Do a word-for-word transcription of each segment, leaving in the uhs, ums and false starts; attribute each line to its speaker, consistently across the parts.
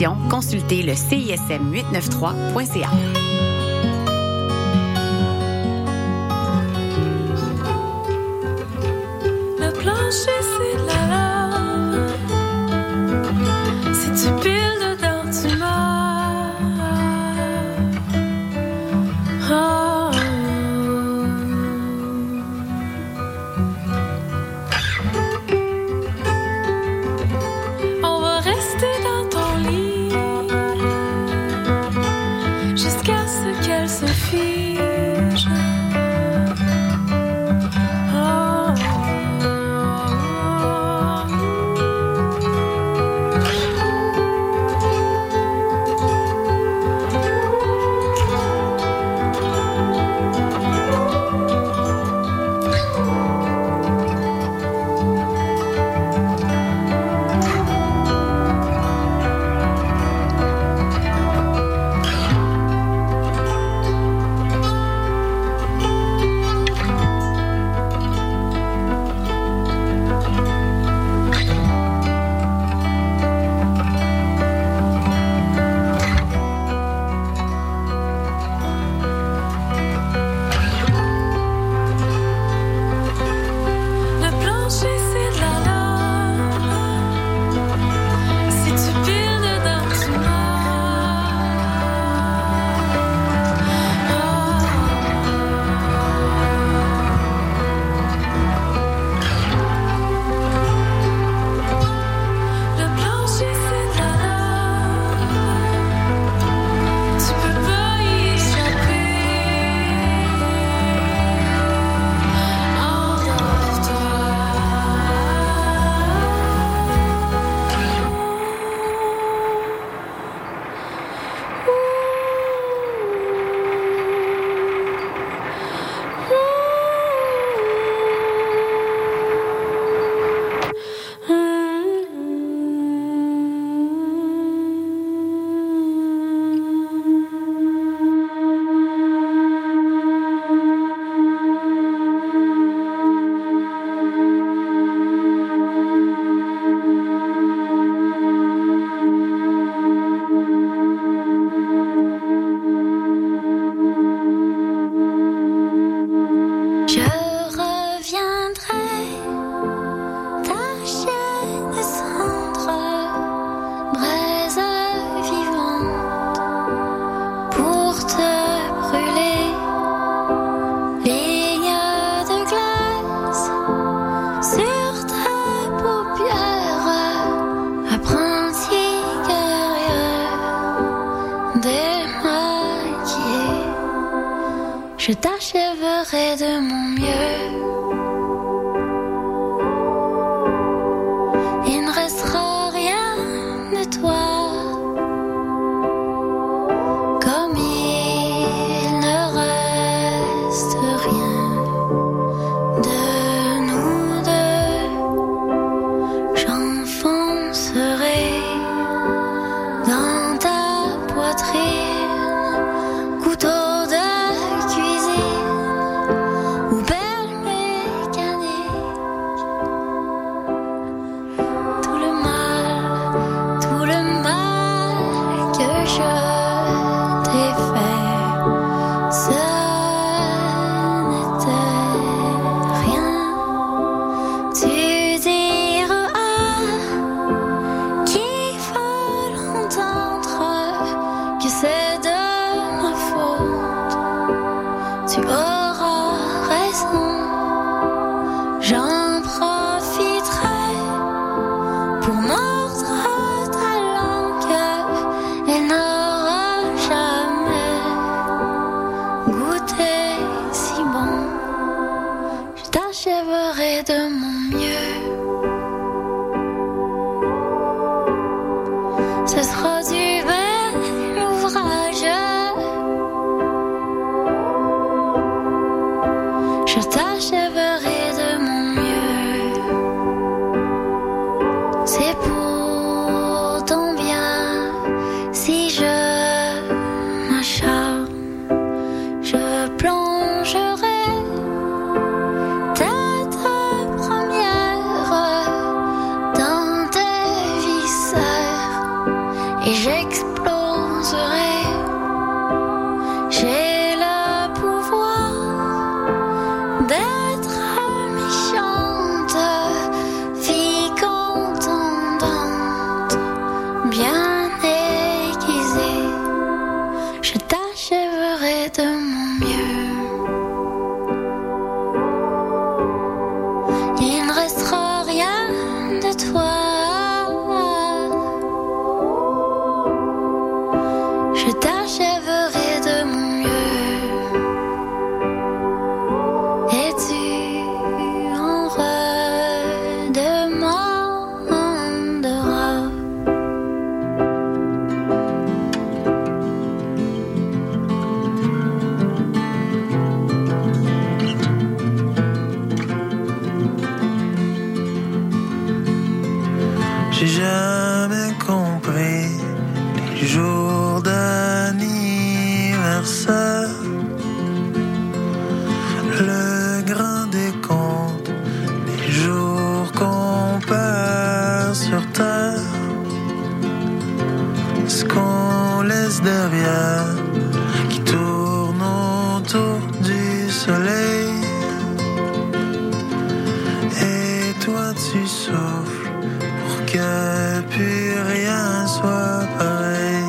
Speaker 1: questions, consultez le C I S M huit cent quatre-vingt-treize point C A.
Speaker 2: Le plancher, c'est de la lave. Si tu piles dedans, tu meurs. Oh. On va rester dans ton lit jusqu'à ce qu'elle se fige. Oh. Le plancher, c'est de la lave. Si tu piles dedans, tu meurs. Le plancher, c'est de la lave. Tu peux pas y échapper. Je reviendrai tâcher de cendre, braise vivante, pour te brûler, ligne de glace sur tes paupières, apprenti guerrier, démaquillé. Je t'achèverai de mon mieux. Il ne restera rien de toi, comme il ne reste rien de nous deux. J'enfoncerai dans ta poitrine, couteau de cuisine ou belle mécanique. Tout le mal, tout le mal que je t'ai fait, ce n'était rien. Tu diras qu'il faut l'entendre, que c'est de ma faute. Tu auras raison, j'en profiterai pour mordre ta langue. Elle n'aura jamais goûté si bon. Je t'achèverai de mon mieux. Ce sera du bel ouvrage. Je t'achèverai de mon mieux. C'est pour ton bien si je m'acharne. Je plongerai tête première dans tes viscères j'exploserai. J'ai le pouvoir d'être méchante, fille contendante, bien aiguisée. Je t'achèverai de mon mieux. Il ne restera rien de toi. Je t'achèverai de mon mieux. Et tu en redemanderas.
Speaker 3: J'ai jamais compris les jours d'anniversaire, le grand décompte, les jours qu'on perd sur terre, ce qu'on laisse derrière, qui tourne autour du soleil. Et toi tu souffles pour que plus rien soit pareil.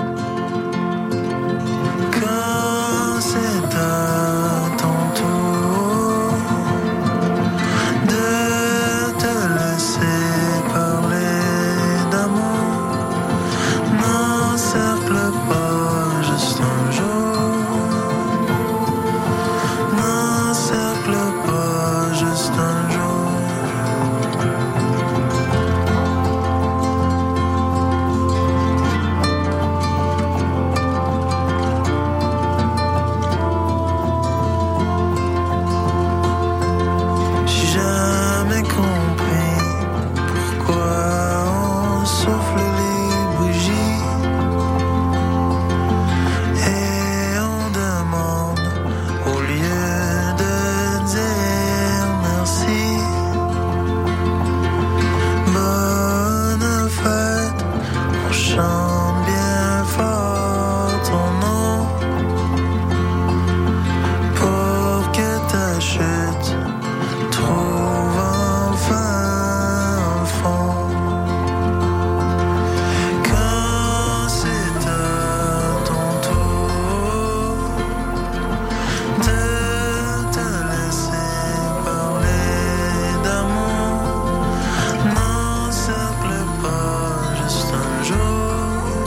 Speaker 3: Quand c'est à ton tour de te laisser parler d'amour, n'encercle pas juste un jour, n'encercle pas juste un jour. J'ai jamais compris pourquoi on souffle les bougies et on demande au lieu de dire merci. Bonne fête, on chante bien fort ton nom pour que ta chute trouve enfin un fond. Quand c'est à ton tour de te laisser parler d'amour, n'encercle pas juste un jour,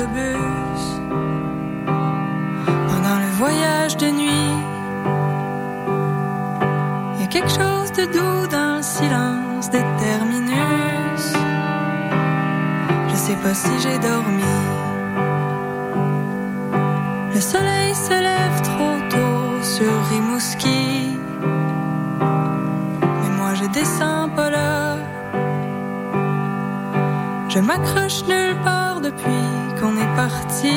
Speaker 4: l'autobus pendant le voyage de nuit. Il y a quelque chose de doux dans le silence des terminus. Je sais pas si j'ai dormi. Le soleil se lève trop tôt sur Rimouski, mais moi je descends pas là. Je m'accroche nulle part depuis qu'on est parti.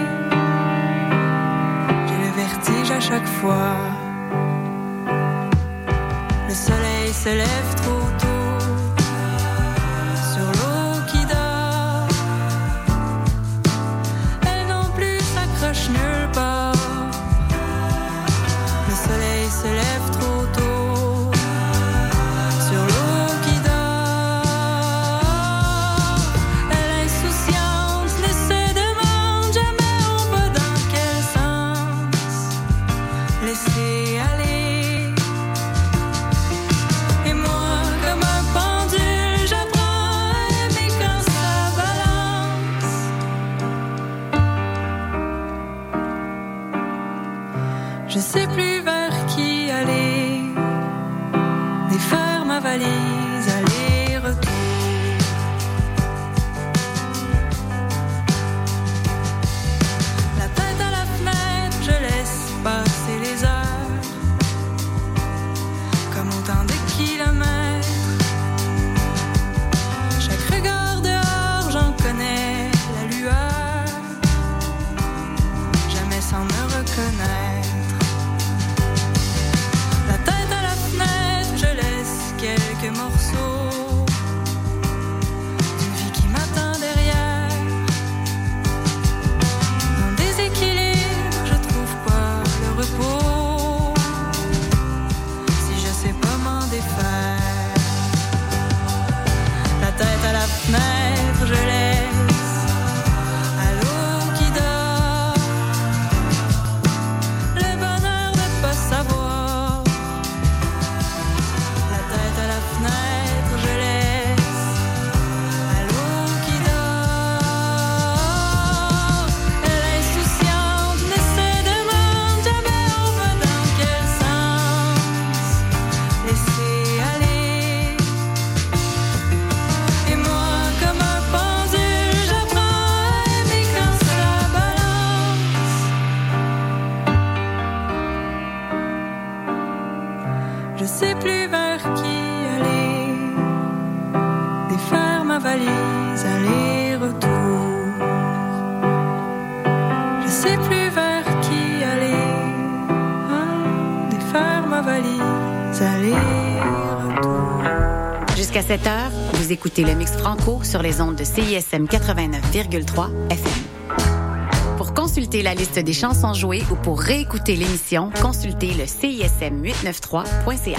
Speaker 4: J'ai le vertige à chaque fois. Le soleil se lève trop tôt sur l'eau qui dort. Elle non plus s'accroche nulle part. Le soleil se lève trop tôt sur l'eau qui dort. Elle insouciante ne se demande jamais on va dans quel sens laisser aller. Et moi comme un pendule j'apprends à aimer quand ça balance. Je sais plus vers qui aller, défaire ma valise, aller-retour. La tête à la fenêtre, je laisse passer les heures, comme autant de kilomètres. Chaque regard dehors, j'en connais la lueur, jamais sans me reconnaître. La tête à la fenêtre, je laisse quelques morceaux d'une vie qui m'attend derrière. En déséquilibre, je trouve pas le repos si je sais pas m'en défaire. La tête à la fenêtre, je laisse à l'eau qui dort le bonheur de pas savoir. La tête à la fenêtre, je laisse à l'eau qui dort. Elle insouciante ne se demande jamais on va dans quel sens laisser aller. Et moi comme un pendule j'apprends à aimer quand ça balance. Je sais plus vers qui aller, défaire ma valise, aller-retour. Je sais plus vers qui aller, hein, défaire ma valise, aller-retour.
Speaker 1: Jusqu'à sept heures, vous écoutez le Mix Franco sur les ondes de C I S M quatre-vingt-neuf virgule trois F M. Pour consulter la liste des chansons jouées ou pour réécouter l'émission, consultez le C I S M huit cent quatre-vingt-trois point C A.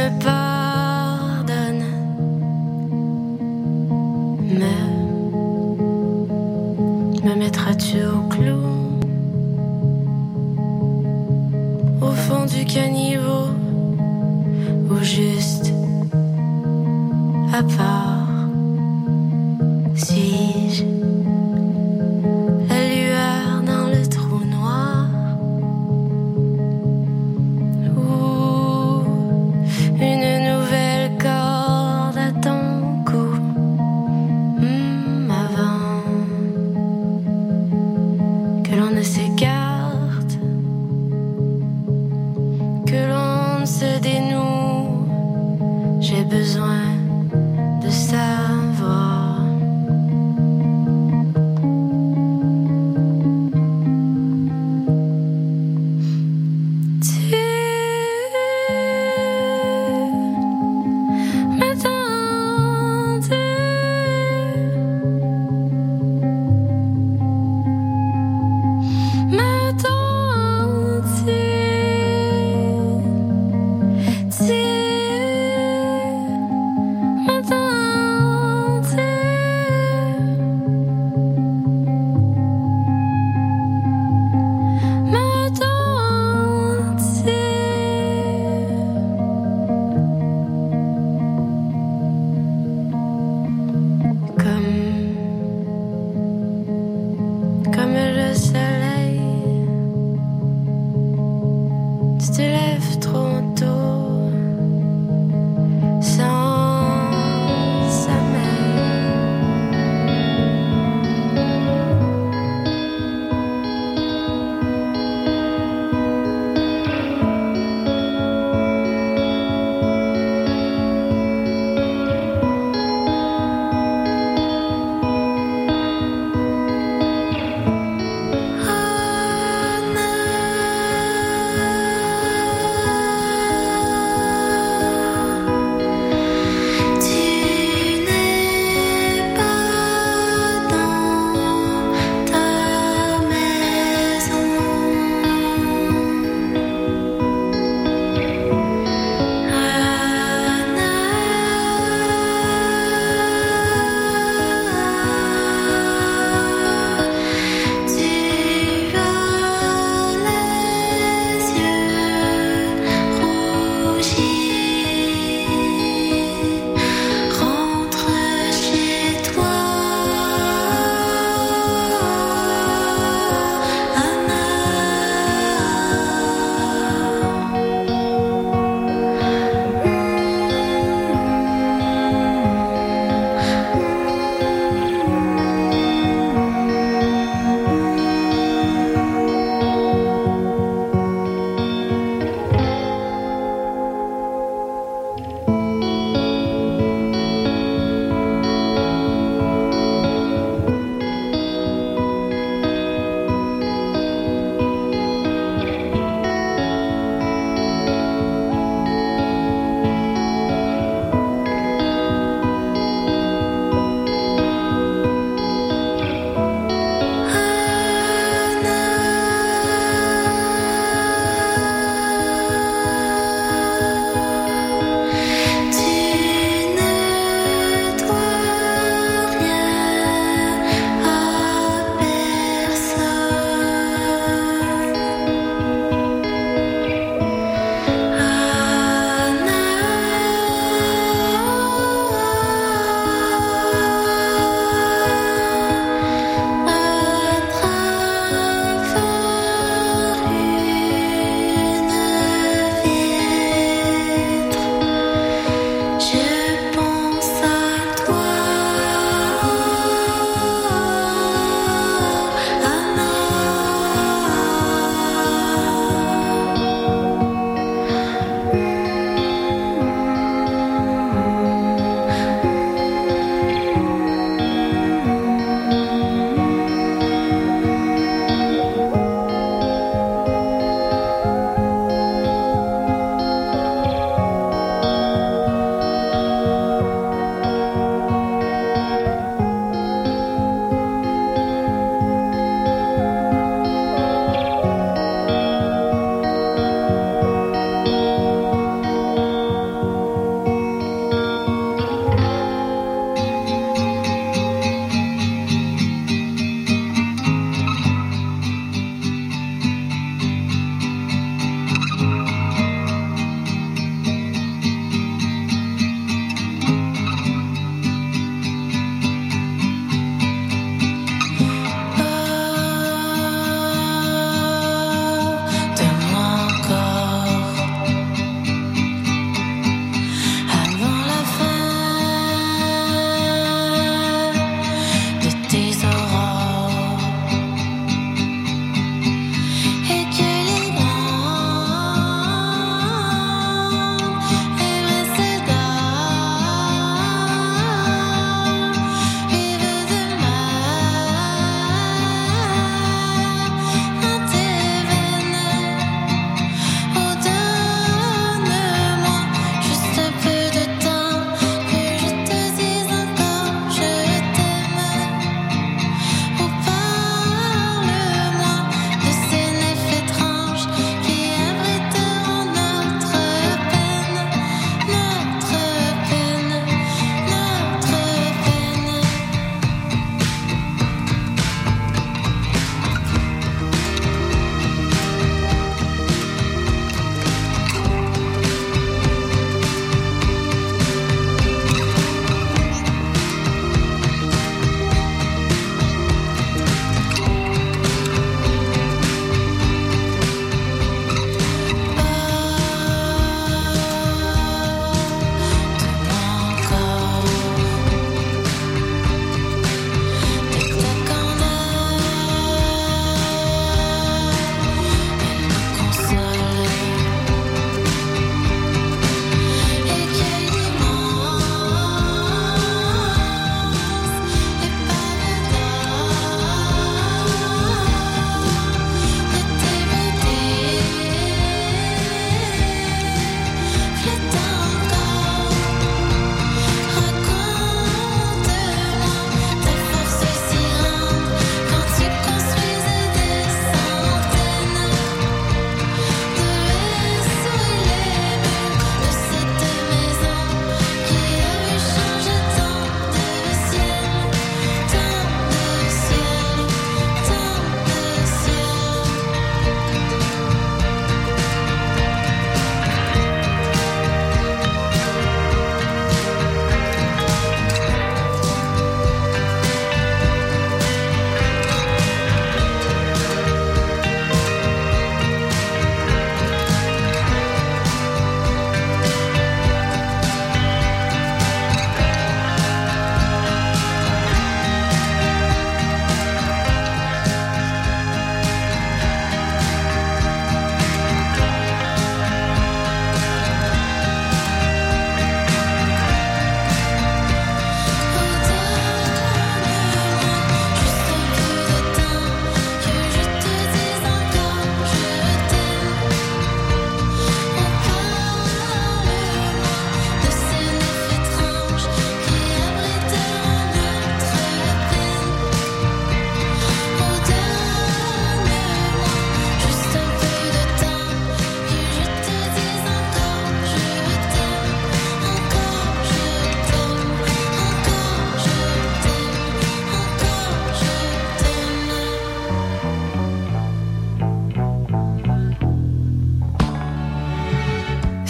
Speaker 4: me pardonnes. Me, me mettras-tu au clou, au fond du caniveau, ou juste à part? Suis-je la lueur dans le trou noir, ou une nouvelle corde à ton cou? Mmh, avant que l'on ne s'écarte, que l'on ne se dénoue, j'ai besoin de savoir.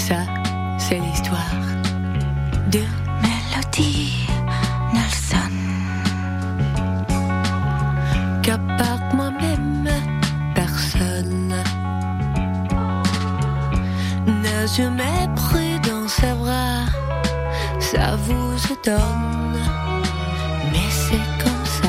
Speaker 4: ça, c'est l'histoire de Mélodie Nelson. Qu'à part moi-même, personne n'a jamais pris dans ses bras. Ça vous étonne, mais c'est comme ça.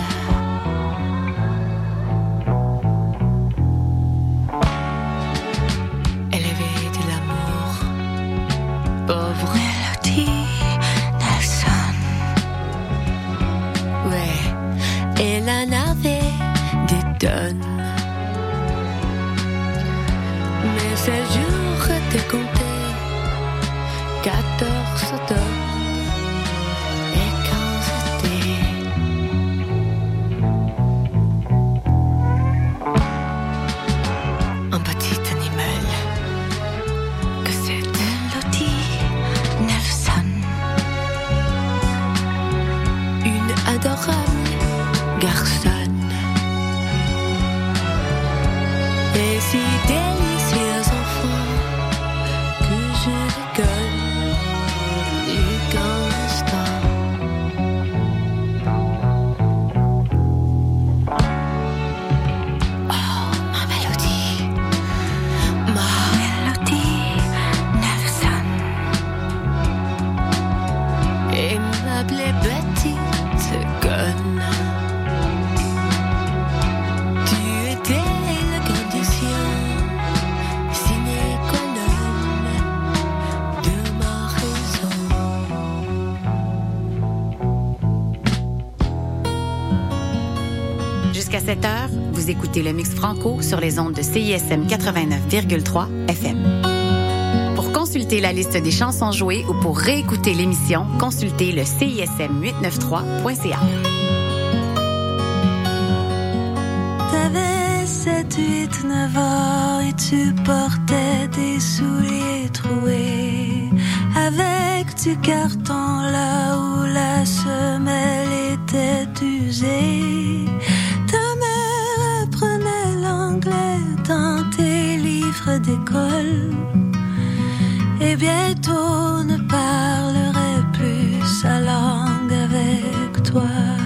Speaker 4: Élever de l'amour, pauvre Mélodie Nelson. Ouais, elle en avait des tonnes, mais ses jours étaient comptés. Quatorze tonnes. Garçonne et si délicieux enfant que je déconne du grand instant. Oh ma mélodie, ma mélodie Nelson, et m'appelait petite conne.
Speaker 1: Jusqu'à sept heures, vous écoutez le Mix Franco sur les ondes de C I S M quatre-vingt-neuf virgule trois F M. Pour consulter la liste des chansons jouées ou pour réécouter l'émission, consultez le C I S M huit cent quatre-vingt-trois point C A.
Speaker 5: T'avais sept, huit, neuf ans et tu portais des souliers troués avec du carton là où la semelle était usée. Dans tes livres d'école, et bientôt ne parlerai plus sa langue avec toi.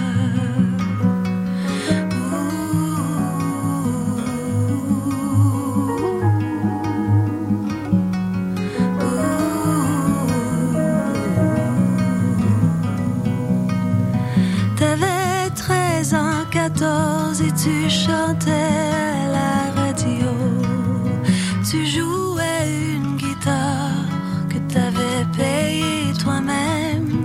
Speaker 5: T'avais treize ans, quatorze et tu chantais à la radio. Tu jouais une guitare que t'avais payée toi-même.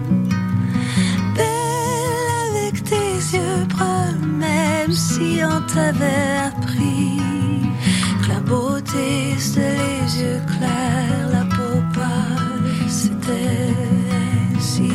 Speaker 5: Belle avec tes yeux bruns, même si on t'avait appris que la beauté c'était les yeux clairs, la peau pâle, c'était ainsi.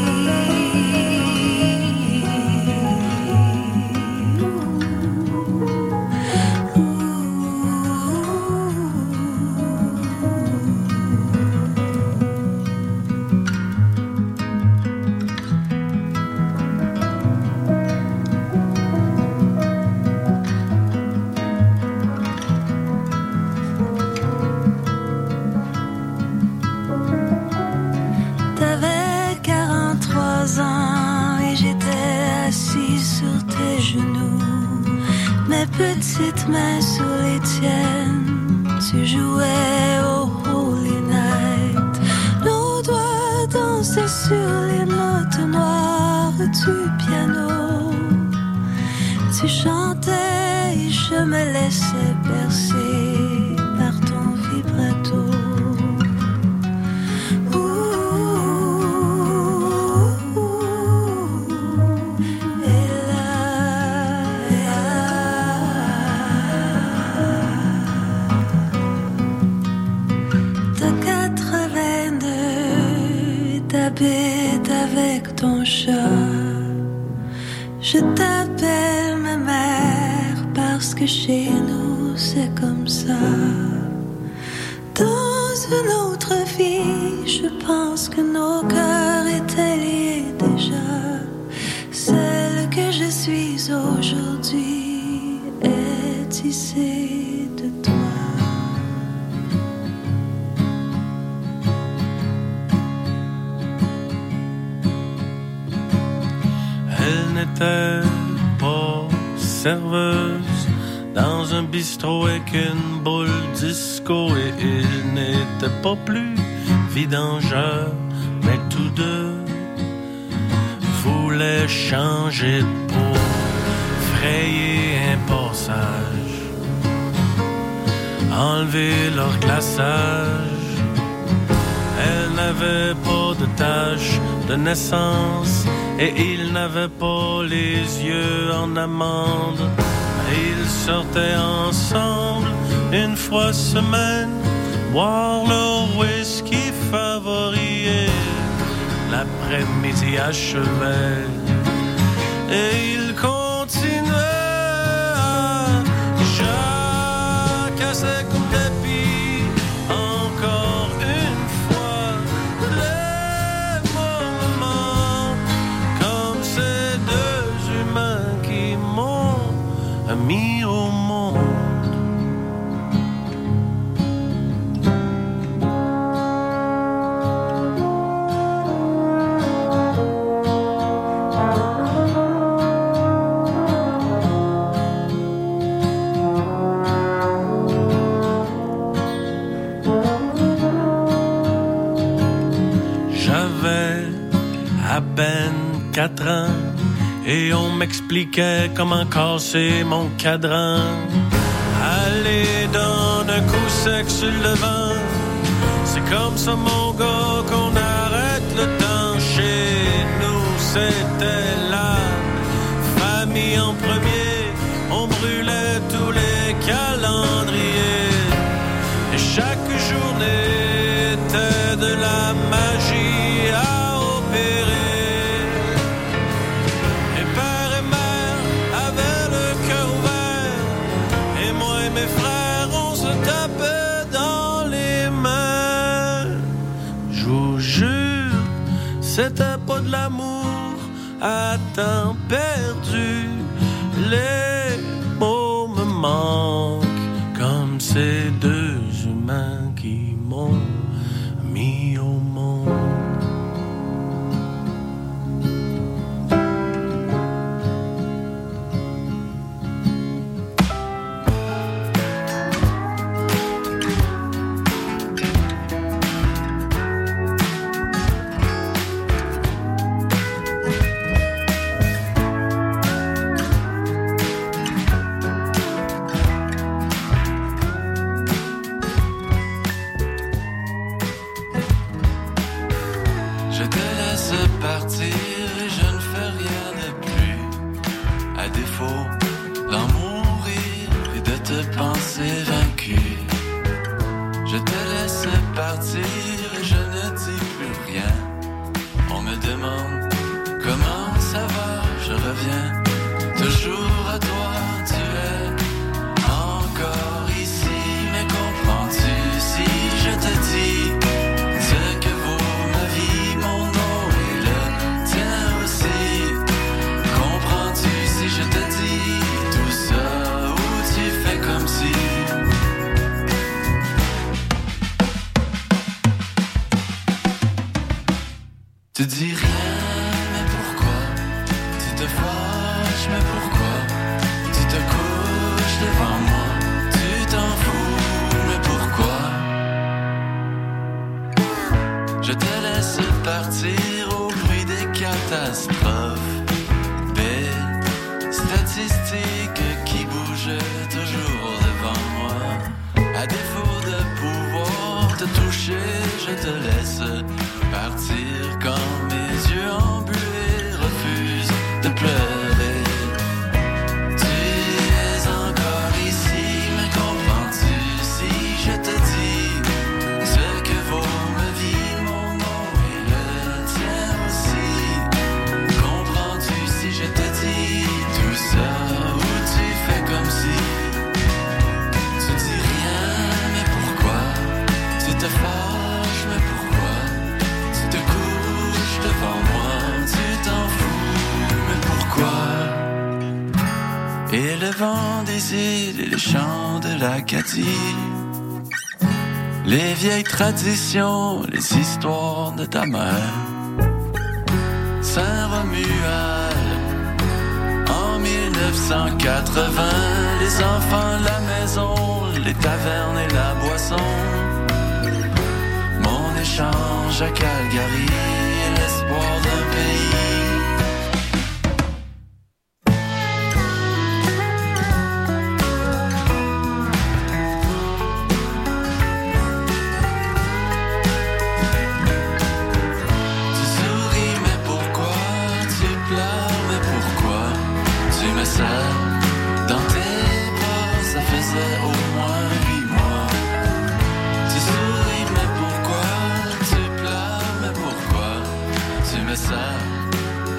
Speaker 5: Petite main sous les tiennes, tu jouais au Holy Night. Nos doigts dansaient sur les notes noires du piano. Tu chantais et je me laissais bercer par ton vibrato. Avec ton chat, je t'appelle ma mère parce que chez nous c'est comme ça. Dans une autre vie, je pense que nos cœurs étaient liés déjà. Celle que je suis aujourd'hui est tissée de toi.
Speaker 3: n'était pas serveuse dans un bistrot avec une boule disco, et il n'était pas plus vidangeur, mais tous deux voulaient changer de peau, frayer un passage, enlever leur glaçage. Elle n'avait pas de tache de naissance et il n'avait pas les yeux en amande. Ils sortaient ensemble une fois semaine, boire leur whisky favori, et l'après-midi achevait et ils continuaient à jacasser comme des pies. Encore une fois, les moments comme ces deux humains qui m'ont mis au monde. J'avais à peine quatre ans et on m'expliquait comment casser mon cadran. Aller dans un coup sec sur le vent, c'est comme ça mon gars qu'on arrête le temps. Chez nous c'était la famille en premier, on brûlait tous les calendriers et chaque journée était de la magie à opérer. C'était pas de l'amour à temps perdu. Les mots me manquent comme ces deux humains qui m'ont mis au monde.
Speaker 6: Tu dis rien, mais pourquoi? Tu te fâches, mais pourquoi? Tu te couches devant moi, tu t'en fous, mais pourquoi? Je te laisse partir au bruit des catastrophes, des statistiques qui bougent toujours devant moi. À défaut de pouvoir te toucher, je te laisse partir quand mes yeux embués refusent de pleurer. Tu es encore ici, mais comprends-tu si je te dis ce que vaut ma vie, mon nom et le tien aussi? Comprends-tu si je te dis tout ça ou tu fais comme si? Tu dis rien, mais pourquoi? Tu te fâches, mais pourquoi? Tu te couches devant moi, tu t'en fous, mais pourquoi? Et le vent des îles et les chants de l'Acadie, les vieilles traditions, les histoires de ta mère, Saint-Romuald, dix-neuf cent quatre-vingts, les enfants, la maison, les tavernes et la boisson. Mon échange à Calgary et l'espoir d'un pays. Dans tes bras, ça faisait au moins huit mois. Tu souris, mais pourquoi? Tu pleures, mais pourquoi? Tu mets ça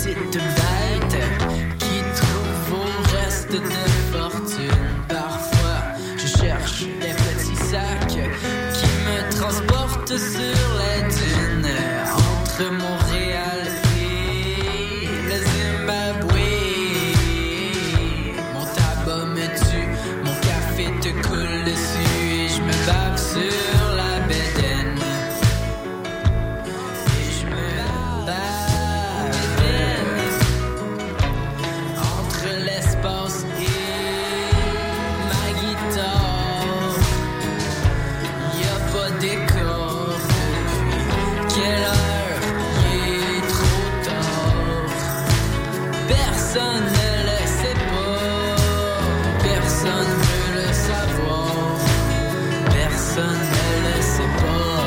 Speaker 7: petites bêtes qui trouvent au reste de fortune. Parfois, je cherche des petits sacs qui me transportent sur les dunes entre Montréal et le Zimbabwe. Mon tabac me tue, mon café te coule dessus et je me bave sur la bédaine. Et je me bave entre l'espace et ma guitare. Y'a pas d'écart depuis quelle heure il est trop tard. Personne ne le sait pas, personne veut le savoir, personne ne le sait pas.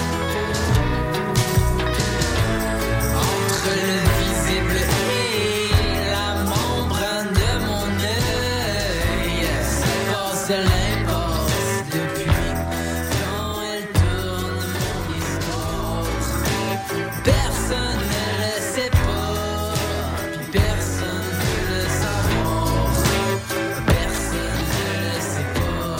Speaker 7: Entre le visible et la membrane de mon œil se passe l'impasse depuis quand elle tourne mon histoire. Personne ne le sait pas, puis personne veut le savoir, personne ne le sait pas.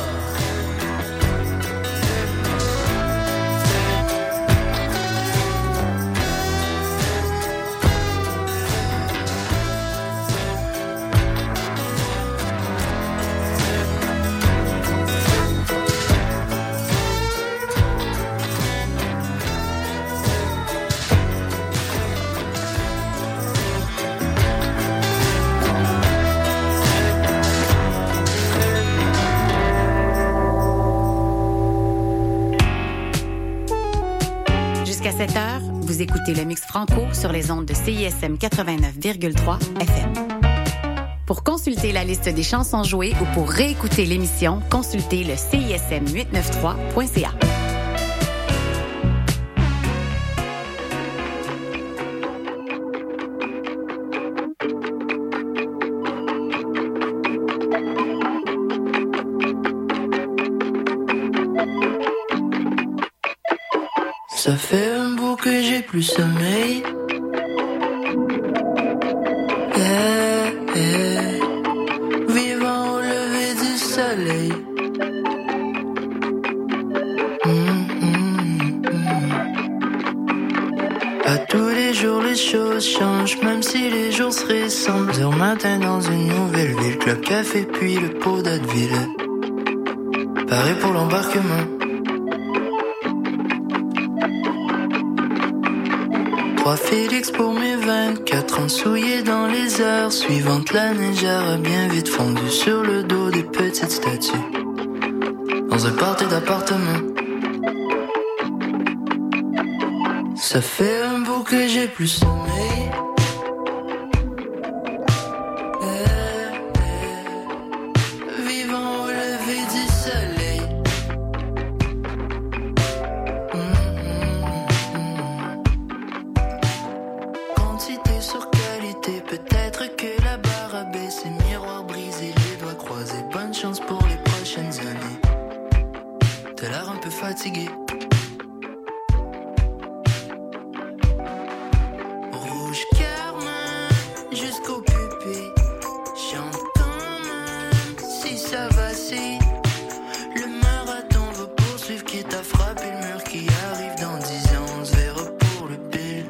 Speaker 1: Jusqu'à sept heures, vous écoutez le Mix Franco sur les ondes de C I S M quatre-vingt-neuf virgule trois F M. Pour consulter la liste des chansons jouées ou pour réécouter l'émission, consultez le C I S M huit cent quatre-vingt-trois point C A.
Speaker 8: Ça fait un bout que j'ai plus sommeil. Eh, eh, vivant au lever du soleil. Mm, mm, mm. À tous les jours les choses changent, même si les jours se ressemblent. Heure matin dans une nouvelle ville, club café puis le pot d'Advil. Pareil pour l'embarquement. Trois Félix pour mes vingt-quatre ans souillés dans les heures suivantes. La neigeur a bien vite fondu sur le dos des petites statues dans un party d'appartement. Ça fait un bout que j'ai plus sommeil. Eh, eh, vivant au lever du soleil. Quantité sur qualité, peut-être que la barre a baissé, miroir brisé, les doigts croisés. Bonne chance pour les prochaines années. T'as l'air un peu fatigué. Rouge carmin jusqu'au pupille, chantant même si ça vacille. Le marathon va poursuivre, quitte à frapper le mur qui arrive dans dix ans. On se verra pour le bill.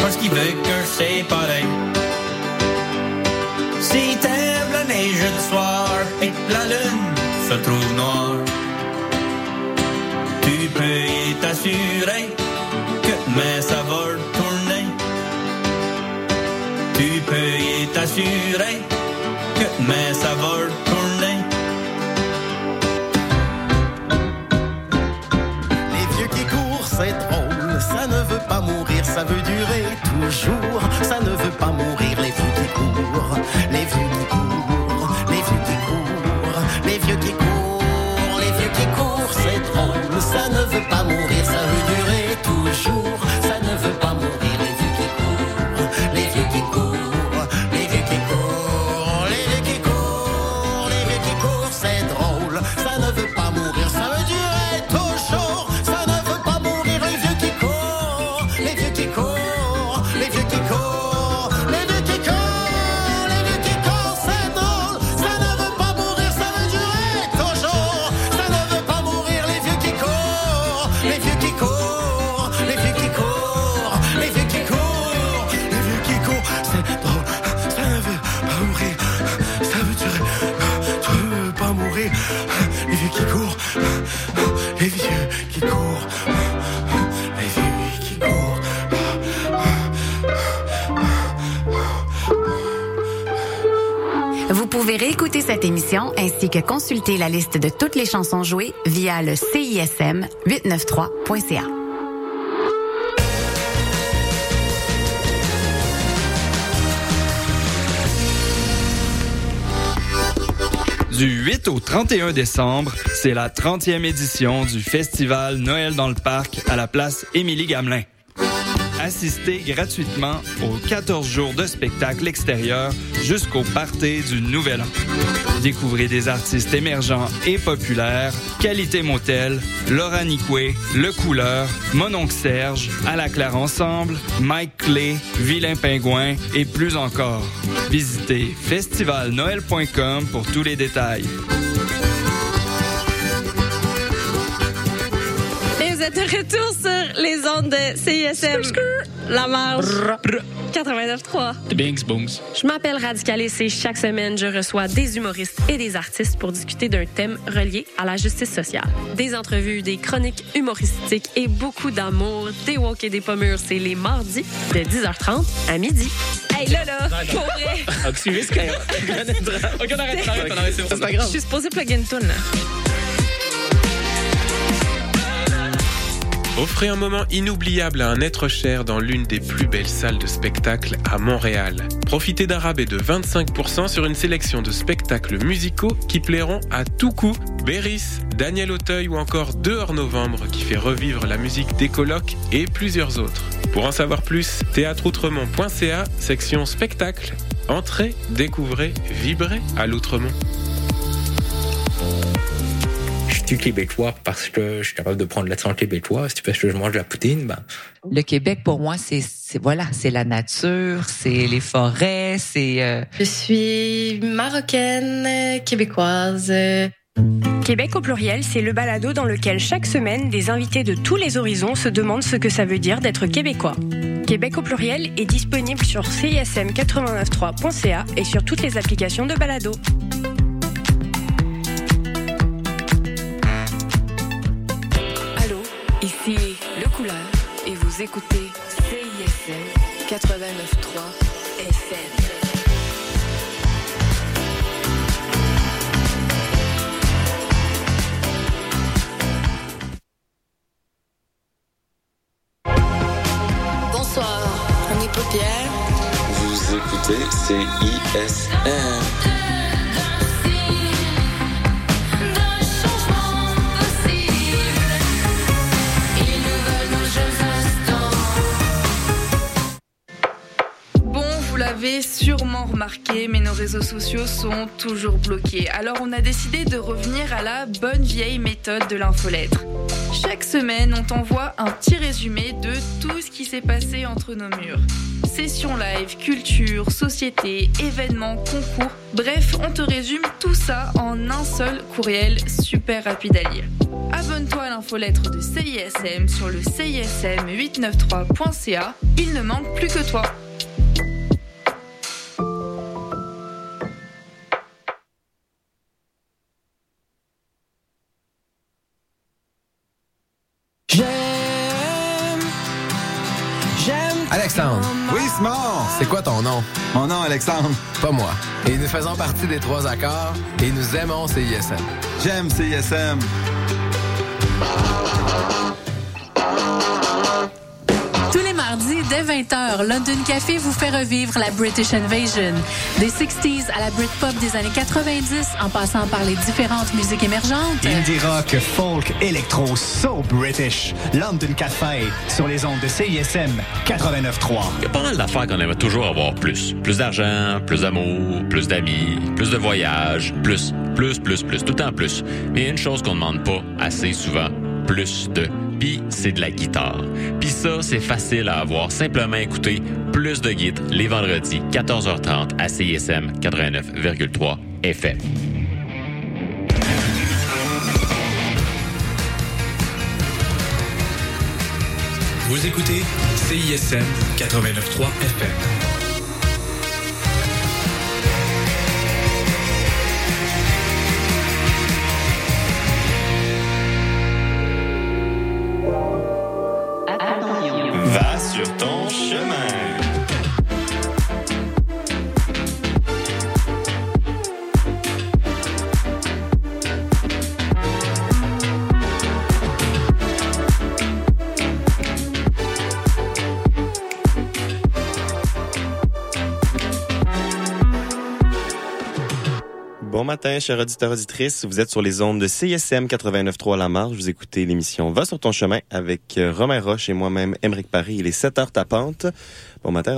Speaker 9: ce qui veut que c'est pareil. Si t'aimes la neige du soir et que la lune se trouve noire, tu peux y t'assurer que mais ça va tourner. Tu peux y t'assurer que mais ça va tourner.
Speaker 10: Les vieux qui courent, c'est drôle, ça ne veut pas mourir, ça veut durer toujours. Ça ne veut pas mourir, les vieux qui courent, les vieux qui courent, les vieux qui courent, les vieux qui courent, les vieux qui courent, c'est drôle, ça ne veut pas mourir, ça veut durer toujours. Ça ne veut pas mourir, les vieux qui courent, les vieux qui courent, les vieux qui courent, les vieux qui courent, les vieux qui courent, c'est drôle, ça ne veut pas mourir, ça veut durer toujours. Ça ne veut pas mourir, les vieux qui courent, les vieux qui courent, les vieux qui courent, les vieux qui courent, les vieux qui courent, c'est drôle, ça ne veut pas mourir, ça veut durer toujours. Ça ne veut pas mourir, les vieux qui courent, les vieux qui courent, les vieux qui courent, les vieux qui courent, les vieux qui courent, c'est drôle, ça ne veut pas mourir, ça veut durer, ça ne veut pas mourir, les vieux qui courent, les vieux qui courent, les vieux qui courent.
Speaker 1: Vous pouvez réécouter cette émission ainsi que consulter la liste de toutes les chansons jouées via le C I S M huit cent quatre-vingt-treize point C A.
Speaker 11: Du huit au trente et un décembre, c'est la trentième édition du festival Noël dans le parc à la place Émilie-Gamelin. Assistez gratuitement aux quatorze jours de spectacle extérieur jusqu'au party du Nouvel An. Découvrez des artistes émergents et populaires, Qualité Motel, Laura Nicoué, Le Couleur, Mononcle Serge, À la Claire Ensemble, Mike Clay, Vilain Pingouin et plus encore. Visitez festival noël point com pour tous les détails.
Speaker 12: Et vous êtes de retour sur les ondes de C I S M. La marge. quatre-vingt-neuf trois.
Speaker 13: Bings, booms.
Speaker 12: Je m'appelle Radicalis et chaque semaine, je reçois des humoristes et des artistes pour discuter d'un thème relié à la justice sociale. Des entrevues, des chroniques humoristiques et beaucoup d'amour, des woke et des pas mûrs. C'est les mardis de dix heures trente à midi. Hey, là, là, pour vrai.
Speaker 13: Activiste, quand même. Ok, on arrête, on arrête, on arrête, c'est bon.
Speaker 12: C'est pas grave. Je suis supposée plugger une toune, là.
Speaker 14: Offrez un moment inoubliable à un être cher dans l'une des plus belles salles de spectacle à Montréal. Profitez d'un rabais de vingt-cinq pour cent sur une sélection de spectacles musicaux qui plairont à tout coup. Béris, Daniel Auteuil ou encore deux hors novembre qui fait revivre la musique des colocs et plusieurs autres. Pour en savoir plus, théâtre outremont point c a, section spectacle. Entrez, découvrez, vibrez à l'Outremont.
Speaker 15: Je suis québécois parce que je suis capable de prendre l'accent québécois. C'est parce que je mange de la poutine, ben.
Speaker 16: Le Québec, pour moi, c'est, c'est voilà, c'est la nature, c'est les forêts, c'est... Euh...
Speaker 17: Je suis marocaine, québécoise.
Speaker 18: Québec au pluriel, c'est le balado dans lequel chaque semaine, des invités de tous les horizons se demandent ce que ça veut dire d'être québécois. Québec au pluriel est disponible sur C I S M quatre-vingt-neuf trois point c a et sur toutes les applications de balado.
Speaker 19: Ici Le Couleur et vous écoutez C I S M quatre-vingt-neuf trois F M.
Speaker 20: Bonsoir, on est paupières.
Speaker 6: Vous écoutez C I S M.
Speaker 21: Vous l'avez sûrement remarqué, mais nos réseaux sociaux sont toujours bloqués. Alors on a décidé de revenir à la bonne vieille méthode de l'infolettre. Chaque semaine, on t'envoie un petit résumé de tout ce qui s'est passé entre nos murs. Sessions live, culture, société, événements, concours. Bref, on te résume tout ça en un seul courriel super rapide à lire. Abonne-toi à l'infolettre de C I S M sur le C I S M huit cent quatre-vingt-treize point C A. Il ne manque plus que toi.
Speaker 20: J'aime, j'aime.
Speaker 22: Alexandre.
Speaker 20: Oui, Simon.
Speaker 22: C'est quoi ton nom?
Speaker 20: Mon nom, Alexandre.
Speaker 22: Pas moi. Et nous faisons partie des Trois Accords et nous aimons C I S M.
Speaker 20: J'aime C I S M.
Speaker 23: Tous les mardis, dès vingt heures, London Café vous fait revivre la British Invasion. Des sixties à la Britpop des années quatre-vingt-dix, en passant par les différentes musiques émergentes.
Speaker 24: Indie rock, folk, électro, so British. London Café, sur les ondes de C I S M quatre-vingt-neuf trois.
Speaker 25: Il y a pas mal d'affaires qu'on aimerait toujours avoir plus. Plus d'argent, plus d'amour, plus d'amis, plus de voyages, plus, plus, plus, plus, tout le temps plus. Mais il y a une chose qu'on ne demande pas assez souvent, plus de... Puis c'est de la guitare. Puis ça, c'est facile à avoir. Simplement écouter Plus de Guides les vendredis, quatorze heures trente à C I S M quatre-vingt-neuf virgule trois F M.
Speaker 26: Vous écoutez C I S M quatre-vingt-neuf trois F M.
Speaker 27: Va sur ton chemin.
Speaker 28: Bon matin, chers auditeurs, auditrices. Vous êtes sur les ondes de C I S M quatre-vingt-neuf trois La Marge. Vous écoutez l'émission Va sur ton chemin avec Romain Roche et moi-même, Émeric Paris. Il est sept heures tapante. Bon matin.